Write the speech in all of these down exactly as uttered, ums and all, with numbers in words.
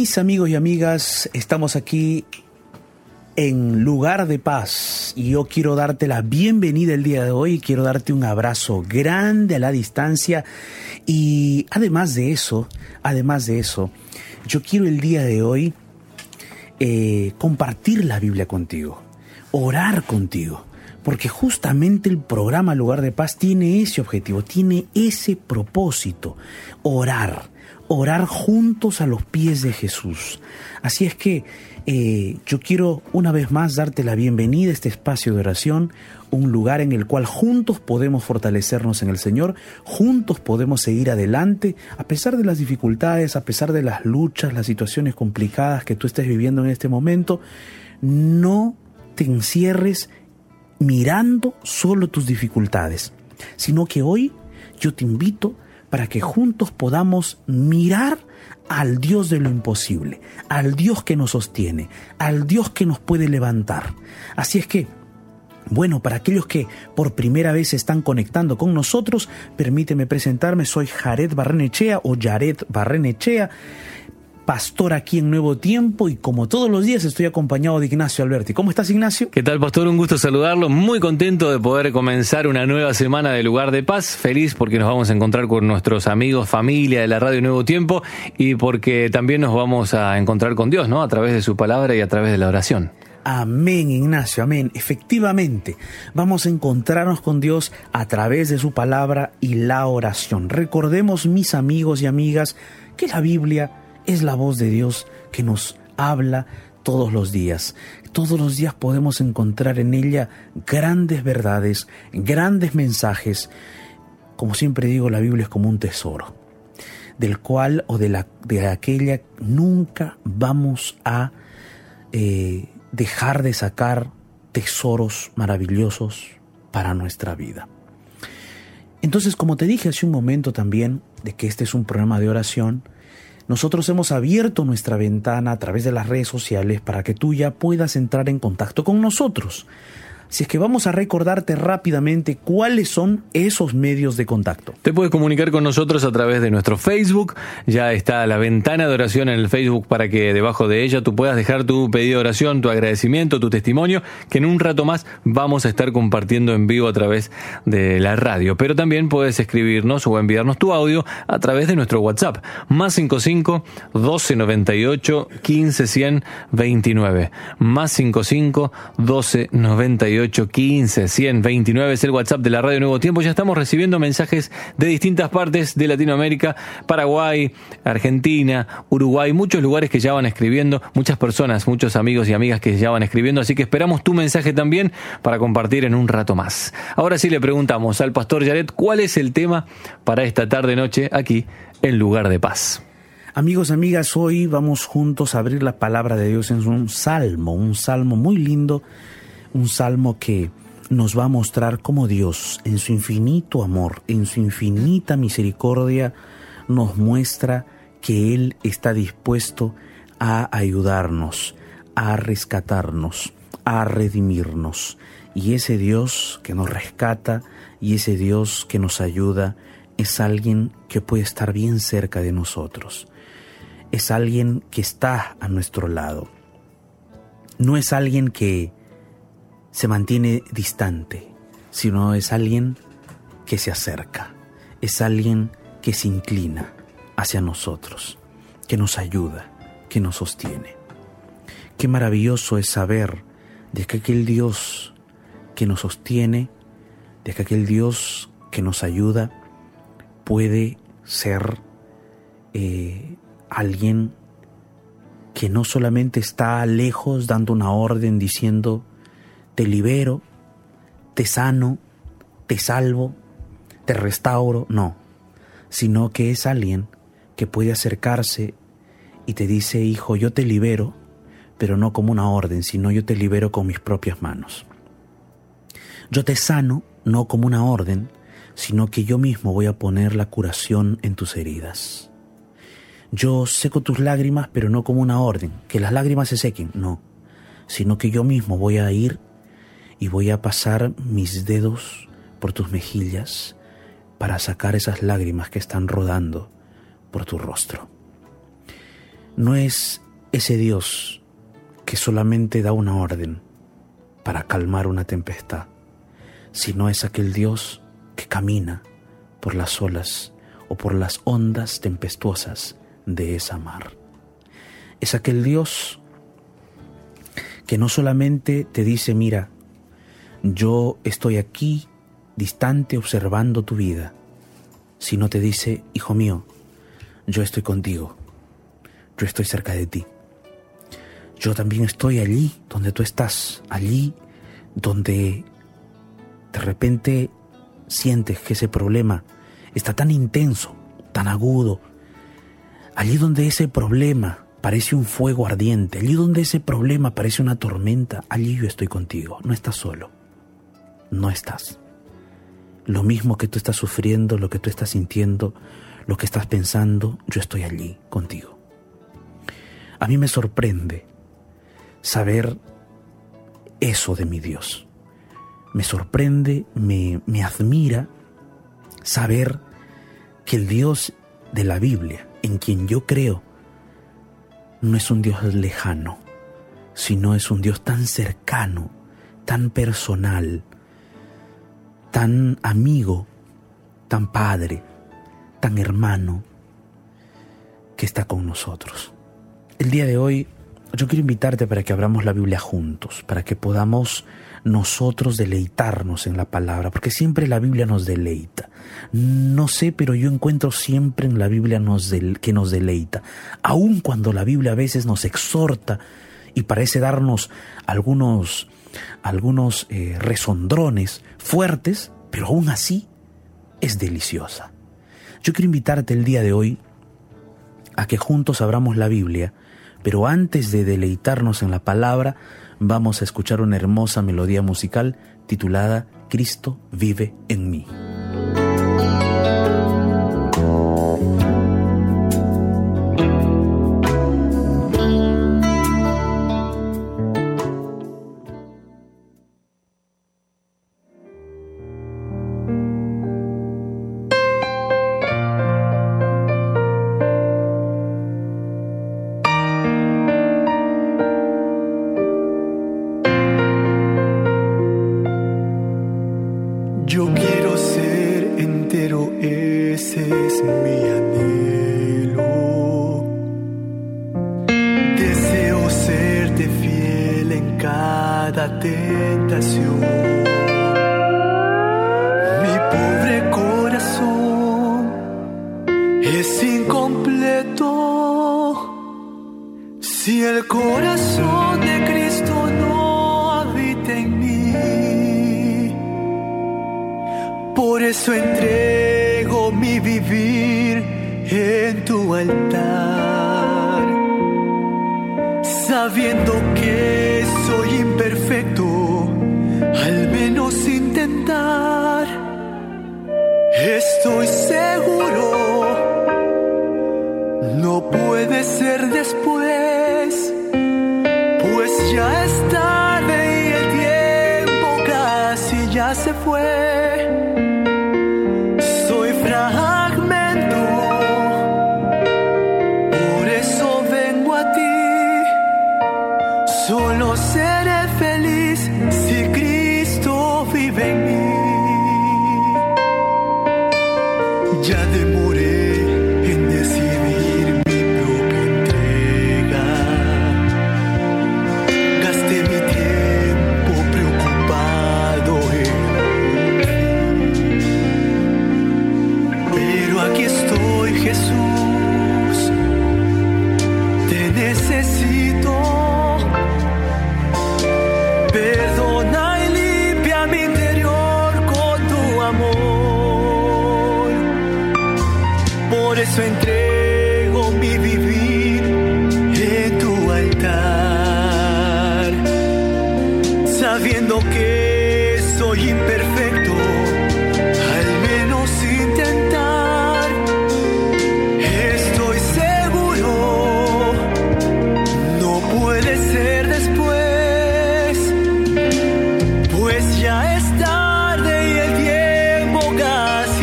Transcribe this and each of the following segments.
Mis amigos y amigas, estamos aquí en Lugar de Paz y yo quiero darte la bienvenida el día de hoy. Quiero darte un abrazo grande a la distancia y además de eso, además de eso, yo quiero el día de hoy eh, compartir la Biblia contigo, orar contigo, porque justamente el programa Lugar de Paz tiene ese objetivo, tiene ese propósito, orar. Orar juntos a los pies de Jesús. Así es que eh, yo quiero una vez más darte la bienvenida a este espacio de oración, un lugar en el cual juntos podemos fortalecernos en el Señor, juntos podemos seguir adelante, a pesar de las dificultades, a pesar de las luchas, las situaciones complicadas que tú estés viviendo en este momento. No te encierres mirando solo tus dificultades, sino que hoy yo te invito para que juntos podamos mirar al Dios de lo imposible, al Dios que nos sostiene, al Dios que nos puede levantar. Así es que, bueno, para aquellos que por primera vez se están conectando con nosotros, permíteme presentarme, soy Jared Barrenechea o Yaret Barrenechea, pastor aquí en Nuevo Tiempo, y como todos los días estoy acompañado de Ignacio Alberti. ¿Cómo estás, Ignacio? ¿Qué tal, pastor? Un gusto saludarlo. Muy contento de poder comenzar una nueva semana de Lugar de Paz. Feliz porque nos vamos a encontrar con nuestros amigos, familia de la radio Nuevo Tiempo, y porque también nos vamos a encontrar con Dios, ¿no? A través de su palabra y a través de la oración. Amén, Ignacio, amén. Efectivamente, vamos a encontrarnos con Dios a través de su palabra y la oración. Recordemos, mis amigos y amigas, que la Biblia es la voz de Dios que nos habla todos los días. Todos los días podemos encontrar en ella grandes verdades, grandes mensajes. Como siempre digo, la Biblia es como un tesoro, del cual o de, la, de aquella nunca vamos a eh, dejar de sacar tesoros maravillosos para nuestra vida. Entonces, como te dije hace un momento también, de que este es un programa de oración, nosotros hemos abierto nuestra ventana a través de las redes sociales para que tú ya puedas entrar en contacto con nosotros. Si es que vamos a recordarte rápidamente cuáles son esos medios de contacto. Te puedes comunicar con nosotros a través de nuestro Facebook. Ya está la ventana de oración en el Facebook para que debajo de ella tú puedas dejar tu pedido de oración, tu agradecimiento, tu testimonio, que en un rato más vamos a estar compartiendo en vivo a través de la radio. Pero también puedes escribirnos o enviarnos tu audio a través de nuestro WhatsApp. Más cincuenta y cinco, doce noventa y ocho, quince cien veintinueve. Más cincuenta y cinco, doce noventa y ocho, quince cien veintinueve es el WhatsApp de la Radio Nuevo Tiempo. Ya estamos recibiendo mensajes de distintas partes de Latinoamérica, Paraguay, Argentina, Uruguay, muchos lugares que ya van escribiendo, muchas personas, muchos amigos y amigas que ya van escribiendo, así que esperamos tu mensaje también para compartir en un rato más. Ahora sí le preguntamos al pastor Yaret cuál es el tema para esta tarde-noche aquí en Lugar de Paz. Amigos, amigas, hoy vamos juntos a abrir la palabra de Dios en un salmo, un salmo muy lindo, un salmo que nos va a mostrar cómo Dios, en su infinito amor, en su infinita misericordia, nos muestra que Él está dispuesto a ayudarnos, a rescatarnos, a redimirnos. Y ese Dios que nos rescata y ese Dios que nos ayuda es alguien que puede estar bien cerca de nosotros. Es alguien que está a nuestro lado. No es alguien que se mantiene distante, sino es alguien que se acerca, es alguien que se inclina hacia nosotros, que nos ayuda, que nos sostiene. Qué maravilloso es saber de que aquel Dios que nos sostiene, de que aquel Dios que nos ayuda, puede ser eh, alguien que no solamente está lejos dando una orden diciendo: te libero, te sano, te salvo, te restauro, no, sino que es alguien que puede acercarse y te dice: hijo, yo te libero, pero no como una orden, sino yo te libero con mis propias manos. Yo te sano, no como una orden, sino que yo mismo voy a poner la curación en tus heridas. Yo seco tus lágrimas, pero no como una orden, que las lágrimas se sequen, no, sino que yo mismo voy a ir y voy a pasar mis dedos por tus mejillas para sacar esas lágrimas que están rodando por tu rostro. no es ese Dios que solamente da una orden para calmar una tempestad, sino es aquel Dios que camina por las olas o por las ondas tempestuosas de esa mar. Es aquel Dios que no solamente te dice, mira, yo estoy aquí distante observando tu vida, sino te dice, hijo mío, yo estoy contigo, yo estoy cerca de ti. Yo también estoy allí donde tú estás, allí donde de repente sientes que ese problema está tan intenso, tan agudo, allí donde ese problema parece un fuego ardiente, allí donde ese problema parece una tormenta, allí yo estoy contigo. No estás solo, no estás. Lo mismo que tú estás sufriendo, lo que tú estás sintiendo, lo que estás pensando, yo estoy allí contigo. A mí me sorprende saber eso de mi Dios. Me sorprende, me, me admira saber que el Dios de la Biblia, en quien yo creo, no es un Dios lejano, sino es un Dios tan cercano, tan personal, tan amigo, tan padre, tan hermano, que está con nosotros. El día de hoy yo quiero invitarte para que abramos la Biblia juntos, para que podamos nosotros deleitarnos en la palabra, porque siempre la Biblia nos deleita. No sé, pero yo encuentro siempre en la Biblia nos del, que nos deleita, aun cuando la Biblia a veces nos exhorta y parece darnos algunos, algunos eh, resondrones fuertes, pero aún así es deliciosa. Yo quiero invitarte el día de hoy a que juntos abramos la Biblia, pero antes de deleitarnos en la palabra, vamos a escuchar una hermosa melodía musical titulada Cristo vive en mí. Yo quiero ser entero, ese es mi anhelo. Deseo serte fiel en cada tentación. Mi pobre corazón es incompleto si el corazón de Cristo no habita en mí. Por eso entrego mi vivir en tu altar, sabiendo que soy imperfecto, al menos intentar. Estoy seguro, no puede ser después, pues ya es tarde y el tiempo casi ya se fue. Fragmento, por eso vengo a ti. Solo seré feliz si Cristo vive en mí. Ya demoré en decidir mi propia entrega. Gasté mi tiempo preocupado en aquí estoy, Jesús, te necesito. Perdona y limpia mi interior con tu amor. Por eso entrego mi vivir en tu altar, sabiendo que soy imperfecto, al menos intentar.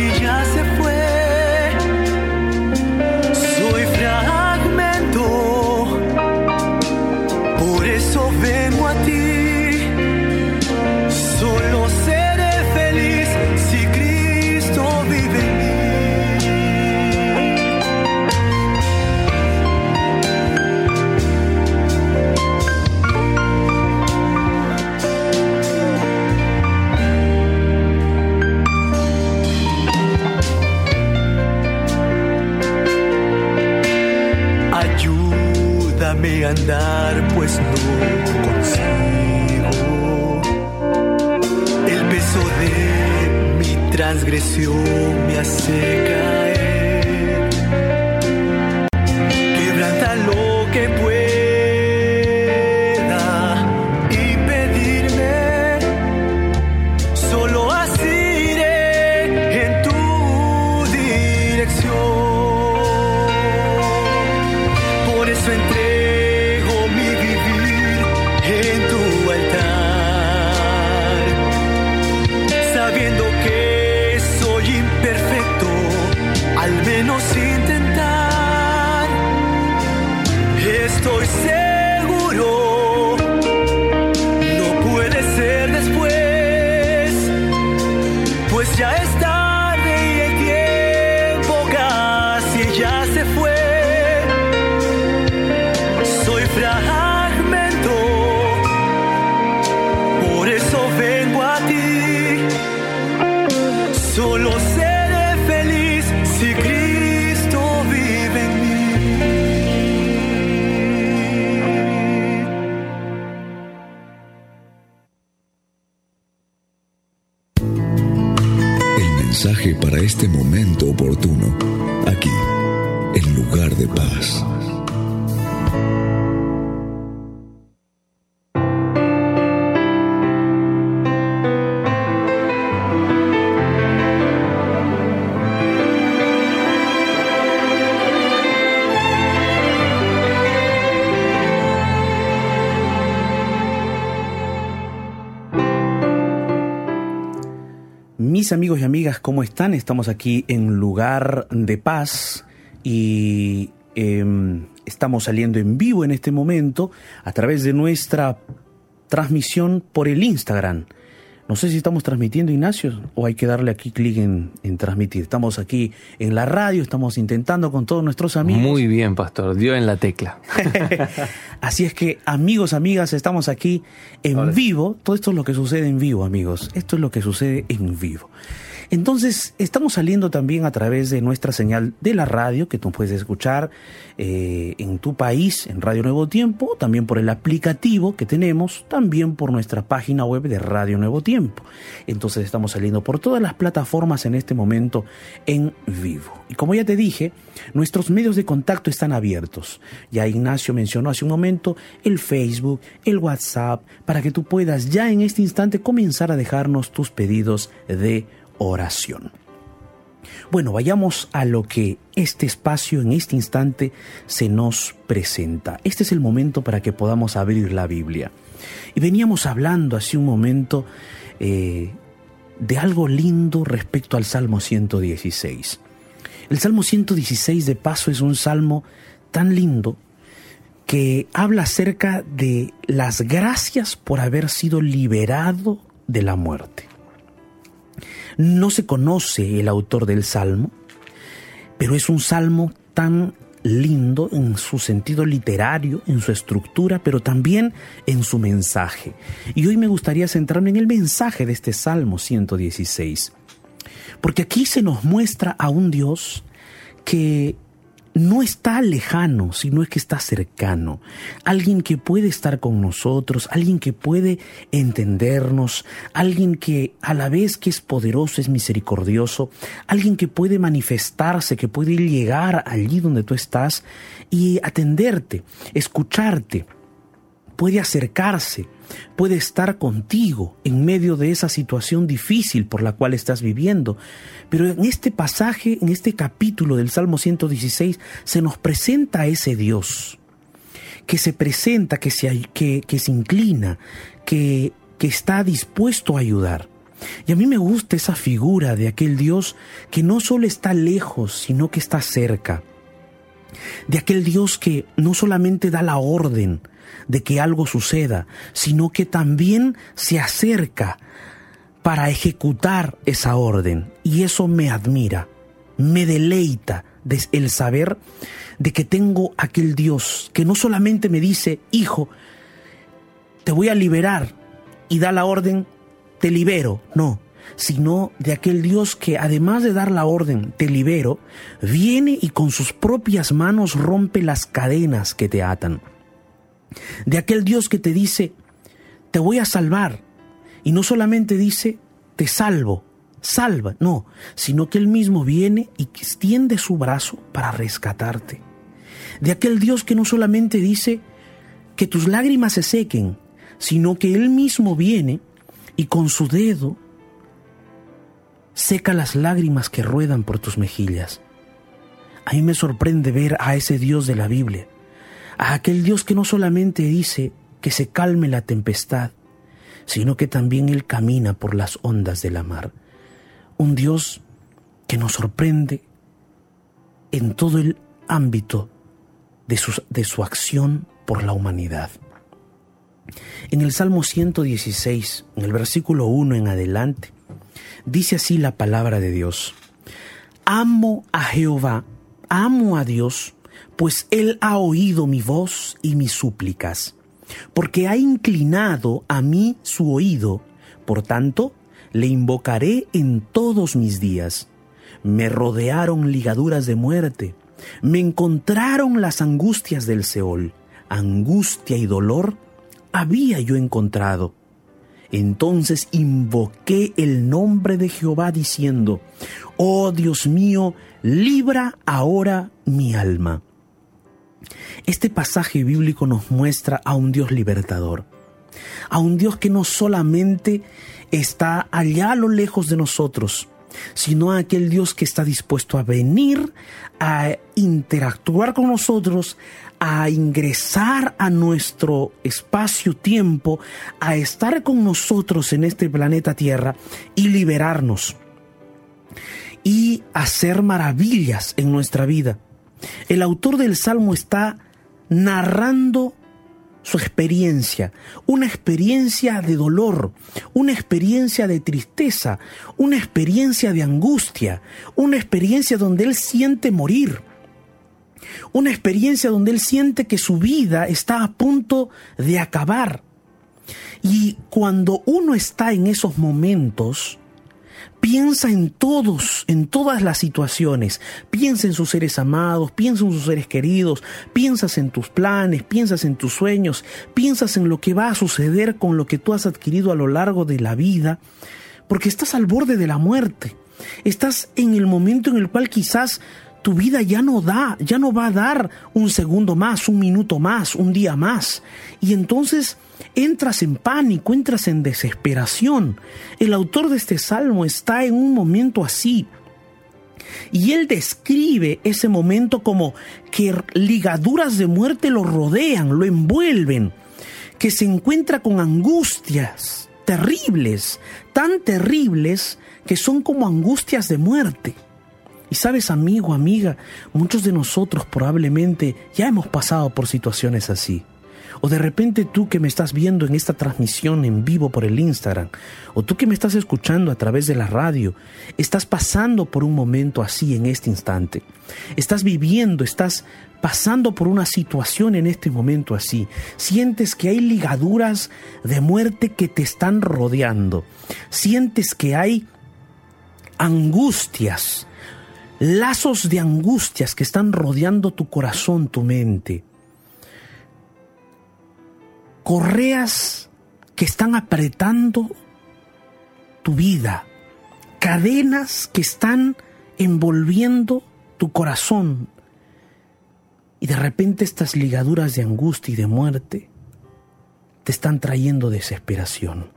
Soy fragmento, transgresión me hace caer. Quebranta lo que pueda y pedirme, solo así iré en tu dirección. Por eso entrego mi vivir en tu altar, sabiendo que soy imperfecto, al menos intentar. Estoy seguro, no puede ser después, pues ya es tarde y el tiempo casi ya se fue. Soy fragmento, por eso vengo a ti. Solo seré feliz si Cristo vive en mí. El mensaje para este momento oportuno, aquí, en Lugar de Paz. Mis amigos y amigas, ¿cómo están? Estamos aquí en Lugar de Paz y eh, estamos saliendo en vivo en este momento a través de nuestra transmisión por el Instagram. No sé si estamos transmitiendo, Ignacio, o hay que darle aquí clic en, en transmitir. Estamos aquí en la radio, estamos intentando con todos nuestros amigos. Muy bien, pastor, dio en la tecla. Así es que, amigos, amigas, estamos aquí en Ahora. vivo. Todo esto es lo que sucede en vivo, amigos. Esto es lo que sucede en vivo. Entonces, estamos saliendo también a través de nuestra señal de la radio, que tú puedes escuchar eh, en tu país, en Radio Nuevo Tiempo, también por el aplicativo que tenemos, también por nuestra página web de Radio Nuevo Tiempo. Entonces, estamos saliendo por todas las plataformas en este momento en vivo. Y como ya te dije, nuestros medios de contacto están abiertos. Ya Ignacio mencionó hace un momento el Facebook, el WhatsApp, para que tú puedas ya en este instante comenzar a dejarnos tus pedidos de oración. Bueno, vayamos a lo que este espacio en este instante se nos presenta. Este es el momento para que podamos abrir la Biblia. Y veníamos hablando hace un momento eh, de algo lindo respecto al Salmo ciento dieciséis. El Salmo ciento dieciséis, de paso, es un salmo tan lindo que habla acerca de las gracias por haber sido liberado de la muerte. No se conoce el autor del salmo, pero es un salmo tan lindo en su sentido literario, en su estructura, pero también en su mensaje. Y hoy me gustaría centrarme en el mensaje de este Salmo ciento dieciséis, porque aquí se nos muestra a un Dios que no está lejano, sino es que está cercano. Alguien que puede estar con nosotros, alguien que puede entendernos, alguien que a la vez que es poderoso, es misericordioso, alguien que puede manifestarse, que puede llegar allí donde tú estás y atenderte, escucharte, puede acercarse, puede estar contigo en medio de esa situación difícil por la cual estás viviendo. Pero en este pasaje, en este capítulo del Salmo ciento dieciséis, se nos presenta a ese Dios que se presenta, que se, que, que se inclina, que, que está dispuesto a ayudar. Y a mí me gusta esa figura de aquel Dios que no solo está lejos, sino que está cerca. De aquel Dios que no solamente da la orden de que algo suceda, sino que también se acerca para ejecutar esa orden. Y eso me admira, me deleita el saber de que tengo aquel Dios que no solamente me dice, hijo, te voy a liberar, y da la orden, te libero, no, sino de aquel Dios que además de dar la orden, te libero, viene y con sus propias manos rompe las cadenas que te atan. De aquel Dios que te dice, te voy a salvar, y no solamente dice, te salvo, salva, no, sino que Él mismo viene y extiende su brazo para rescatarte. De aquel Dios que no solamente dice que tus lágrimas se sequen, sino que Él mismo viene y con su dedo seca las lágrimas que ruedan por tus mejillas. A mí me sorprende ver a ese Dios de la Biblia, a aquel Dios que no solamente dice que se calme la tempestad, sino que también Él camina por las ondas de la mar. Un Dios que nos sorprende en todo el ámbito de su, de su acción por la humanidad. En el Salmo ciento dieciséis, en el versículo uno en adelante, dice así la palabra de Dios: Amo a Jehová, amo a Dios, pues Él ha oído mi voz y mis súplicas, porque ha inclinado a mí su oído. Por tanto, le invocaré en todos mis días. Me rodearon ligaduras de muerte, me encontraron las angustias del Seol. Angustia y dolor había yo encontrado. Entonces invoqué el nombre de Jehová diciendo: Oh Dios mío, libra ahora mi alma. Este pasaje bíblico nos muestra a un Dios libertador, a un Dios que no solamente está allá a lo lejos de nosotros, sino a aquel Dios que está dispuesto a venir a interactuar con nosotros, a ingresar a nuestro espacio-tiempo, a estar con nosotros en este planeta Tierra y liberarnos y hacer maravillas en nuestra vida. El autor del Salmo está narrando su experiencia, una experiencia de dolor, una experiencia de tristeza, una experiencia de angustia, una experiencia donde él siente morir, una experiencia donde él siente que su vida está a punto de acabar. Y cuando uno está en esos momentos, piensa en todos, en todas las situaciones. Piensa en sus seres amados, piensa en sus seres queridos, piensas en tus planes, piensas en tus sueños, piensas en lo que va a suceder con lo que tú has adquirido a lo largo de la vida, porque estás al borde de la muerte. Estás en el momento en el cual quizás tu vida ya no da, ya no va a dar un segundo más, un minuto más, un día más. Y entonces entras en pánico, entras en desesperación. El autor de este salmo está en un momento así. Y él describe ese momento como que ligaduras de muerte lo rodean, lo envuelven, que se encuentra con angustias terribles, tan terribles que son como angustias de muerte. Y sabes, amigo, amiga, muchos de nosotros probablemente ya hemos pasado por situaciones así. O de repente tú que me estás viendo en esta transmisión en vivo por el Instagram, o tú que me estás escuchando a través de la radio, estás pasando por un momento así en este instante. Estás viviendo, estás pasando por una situación en este momento así. Sientes que hay ligaduras de muerte que te están rodeando. Sientes que hay angustias, lazos de angustias que están rodeando tu corazón, tu mente. Correas que están apretando tu vida. Cadenas que están envolviendo tu corazón. Y de repente estas ligaduras de angustia y de muerte te están trayendo desesperación.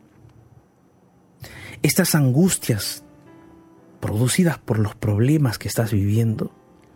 Estas angustias producidas por los problemas que estás viviendo,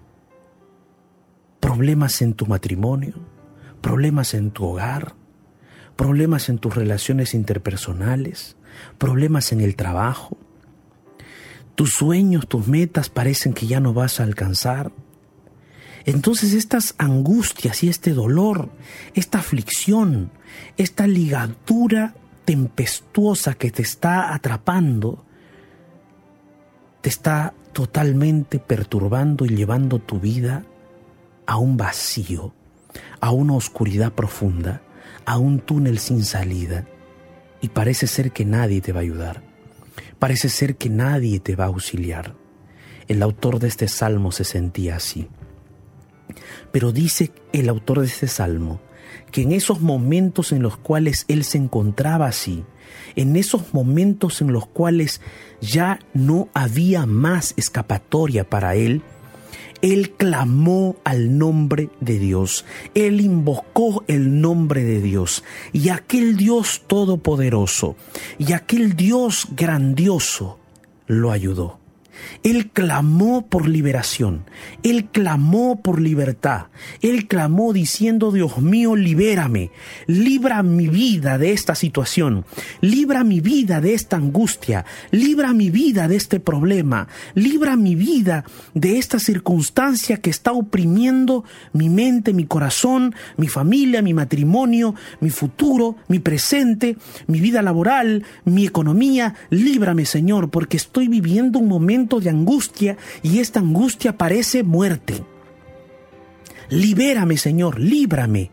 problemas en tu matrimonio, problemas en tu hogar, problemas en tus relaciones interpersonales, problemas en el trabajo. Tus sueños, tus metas parecen que ya no vas a alcanzar. Entonces estas angustias y este dolor, esta aflicción, esta ligadura tempestuosa que te está atrapando, te está totalmente perturbando y llevando tu vida a un vacío, a una oscuridad profunda, a un túnel sin salida. Y parece ser que nadie te va a ayudar. Parece ser que nadie te va a auxiliar. El autor de este salmo se sentía así. Pero dice el autor de este salmo: que en esos momentos en los cuales él se encontraba así, en esos momentos en los cuales ya no había más escapatoria para él, él clamó al nombre de Dios, él invocó el nombre de Dios, y aquel Dios todopoderoso, y aquel Dios grandioso lo ayudó. Él clamó por liberación, él clamó por libertad, él clamó diciendo: Dios mío, libérame, libra mi vida de esta situación, libra mi vida de esta angustia, libra mi vida de este problema, libra mi vida de esta circunstancia que está oprimiendo mi mente, mi corazón, mi familia, mi matrimonio, mi futuro, mi presente, mi vida laboral, mi economía. Líbrame, Señor, porque estoy viviendo un momento de angustia y esta angustia parece muerte. Libérame, Señor, líbrame.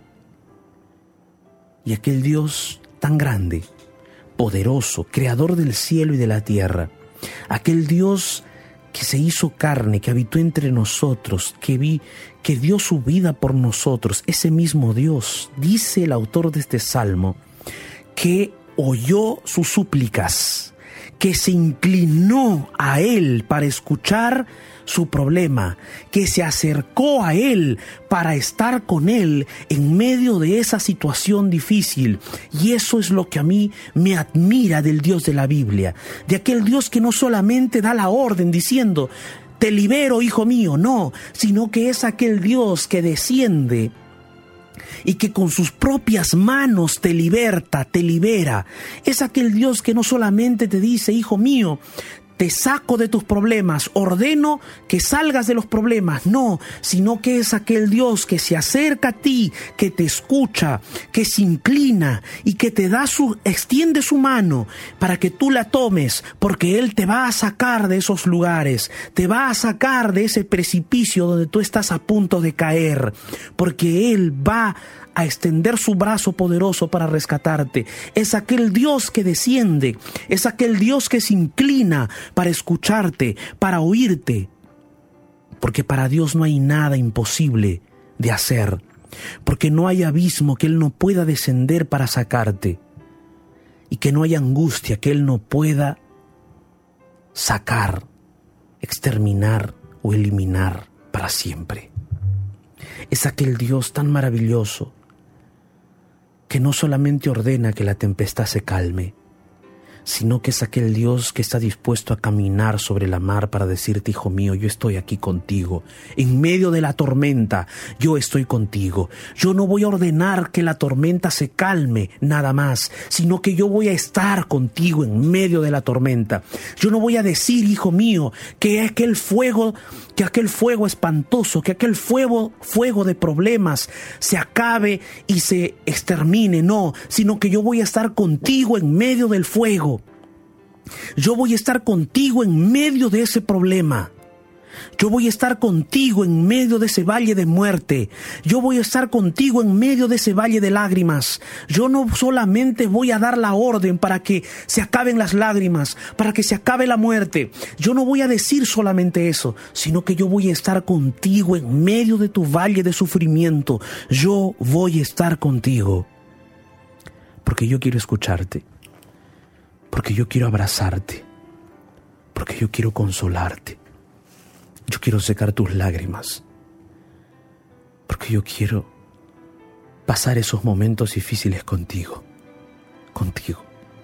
Y aquel Dios tan grande, poderoso, creador del cielo y de la tierra, aquel Dios que se hizo carne, que habitó entre nosotros, que vi, que dio su vida por nosotros, ese mismo Dios, dice el autor de este salmo, que oyó sus súplicas, que se inclinó a él para escuchar su problema, que se acercó a él para estar con él en medio de esa situación difícil. Y eso es lo que a mí me admira del Dios de la Biblia, de aquel Dios que no solamente da la orden diciendo: te libero, hijo mío, no, sino que es aquel Dios que desciende y que con sus propias manos te liberta, te libera. Es aquel Dios que no solamente te dice: hijo mío, te saco de tus problemas, ordeno que salgas de los problemas. No, sino que es aquel Dios que se acerca a ti, que te escucha, que se inclina y que te da su, extiende su mano para que tú la tomes, porque Él te va a sacar de esos lugares, te va a sacar de ese precipicio donde tú estás a punto de caer, porque Él va a extender su brazo poderoso para rescatarte. Es aquel Dios que desciende, es aquel Dios que se inclina para escucharte, para oírte, porque para Dios no hay nada imposible de hacer, porque no hay abismo que Él no pueda descender para sacarte, y que no hay angustia que Él no pueda sacar, exterminar o eliminar para siempre. Es aquel Dios tan maravilloso que no solamente ordena que la tempestad se calme, sino que es aquel Dios que está dispuesto a caminar sobre la mar para decirte: hijo mío, yo estoy aquí contigo. En medio de la tormenta, yo estoy contigo. Yo no voy a ordenar que la tormenta se calme nada más, sino que yo voy a estar contigo en medio de la tormenta. Yo no voy a decir: hijo mío, que aquel fuego, que aquel fuego espantoso, que aquel fuego, fuego de problemas se acabe y se extermine. No, sino que yo voy a estar contigo en medio del fuego. Yo voy a estar contigo en medio de ese problema. Yo voy a estar contigo en medio de ese valle de muerte. Yo voy a estar contigo en medio de ese valle de lágrimas. Yo no solamente voy a dar la orden para que se acaben las lágrimas, para que se acabe la muerte. Yo no voy a decir solamente eso, sino que yo voy a estar contigo en medio de tu valle de sufrimiento. Yo voy a estar contigo, porque yo quiero escucharte, porque yo quiero abrazarte, porque yo quiero consolarte. Yo quiero secar tus lágrimas, porque yo quiero pasar esos momentos difíciles contigo, contigo.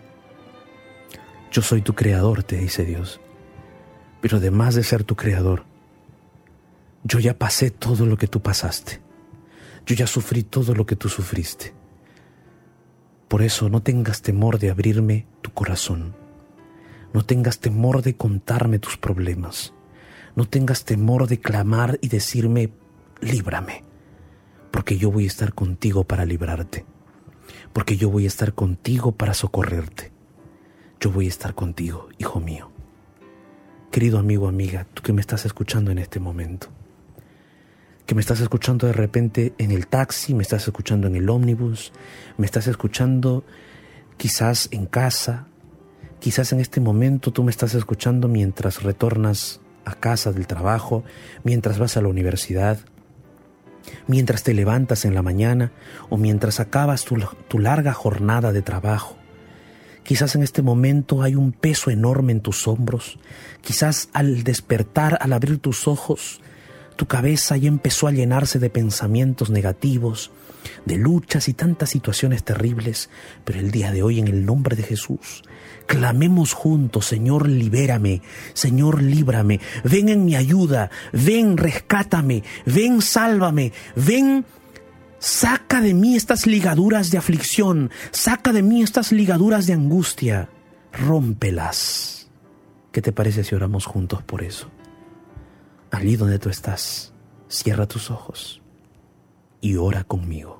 Yo soy tu creador, te dice Dios, pero además de ser tu creador, yo ya pasé todo lo que tú pasaste. Yo ya sufrí todo lo que tú sufriste. Por eso no tengas temor de abrirme tu corazón. No tengas temor de contarme tus problemas. No tengas temor de clamar y decirme: líbrame, porque yo voy a estar contigo para librarte, porque yo voy a estar contigo para socorrerte. Yo voy a estar contigo, hijo mío. Querido amigo, amiga, tú que me estás escuchando en este momento, que me estás escuchando de repente en el taxi, me estás escuchando en el ómnibus, me estás escuchando quizás en casa, quizás en este momento tú me estás escuchando mientras retornas a casa del trabajo, mientras vas a la universidad, mientras te levantas en la mañana o mientras acabas tu, tu larga jornada de trabajo. Quizás en este momento hay un peso enorme en tus hombros. Quizás al despertar, al abrir tus ojos, tu cabeza ya empezó a llenarse de pensamientos negativos, de luchas y tantas situaciones terribles. Pero el día de hoy, en el nombre de Jesús, clamemos juntos: Señor, libérame, Señor, líbrame, ven en mi ayuda, ven, rescátame, ven, sálvame, ven, saca de mí estas ligaduras de aflicción, saca de mí estas ligaduras de angustia, rómpelas. ¿Qué te parece si oramos juntos por eso? Allí donde tú estás, cierra tus ojos y ora conmigo.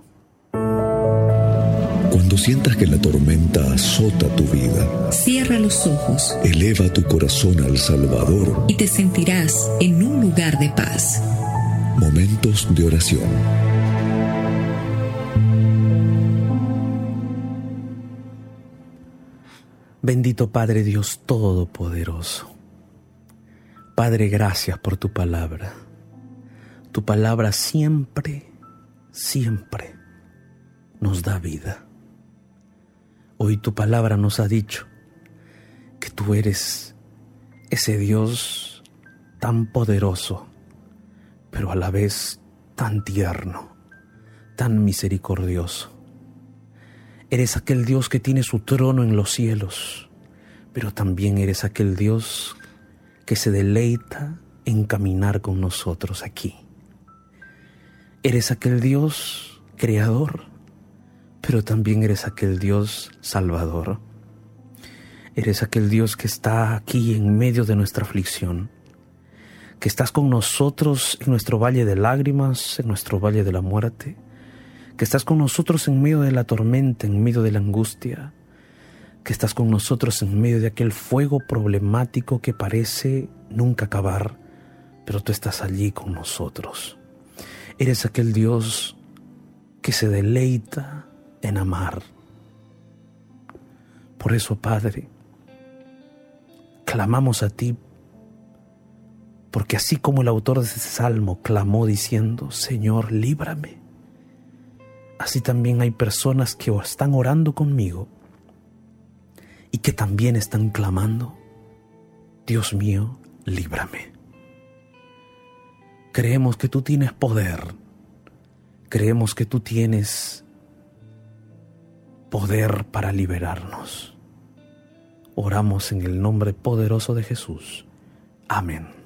Cuando sientas que la tormenta azota tu vida, cierra los ojos, eleva tu corazón al Salvador y te sentirás en un lugar de paz. Momentos de oración. Bendito Padre Dios Todopoderoso. Padre, gracias por tu palabra. Tu palabra siempre, siempre nos da vida. Hoy tu palabra nos ha dicho que tú eres ese Dios tan poderoso, pero a la vez tan tierno, tan misericordioso. Eres aquel Dios que tiene su trono en los cielos, pero también eres aquel Dios que se deleita en caminar con nosotros aquí. Eres aquel Dios creador, pero también eres aquel Dios salvador. Eres aquel Dios que está aquí en medio de nuestra aflicción, que estás con nosotros en nuestro valle de lágrimas, en nuestro valle de la muerte, que estás con nosotros en medio de la tormenta, en medio de la angustia, que estás con nosotros en medio de aquel fuego problemático que parece nunca acabar, pero tú estás allí con nosotros. Eres aquel Dios que se deleita en amar. Por eso, Padre, clamamos a ti, porque así como el autor de este salmo clamó diciendo: Señor, líbrame, así también hay personas que están orando conmigo y que también están clamando: Dios mío, líbrame. Creemos que tú tienes poder, creemos que tú tienes poder para liberarnos. Oramos en el nombre poderoso de Jesús. Amén.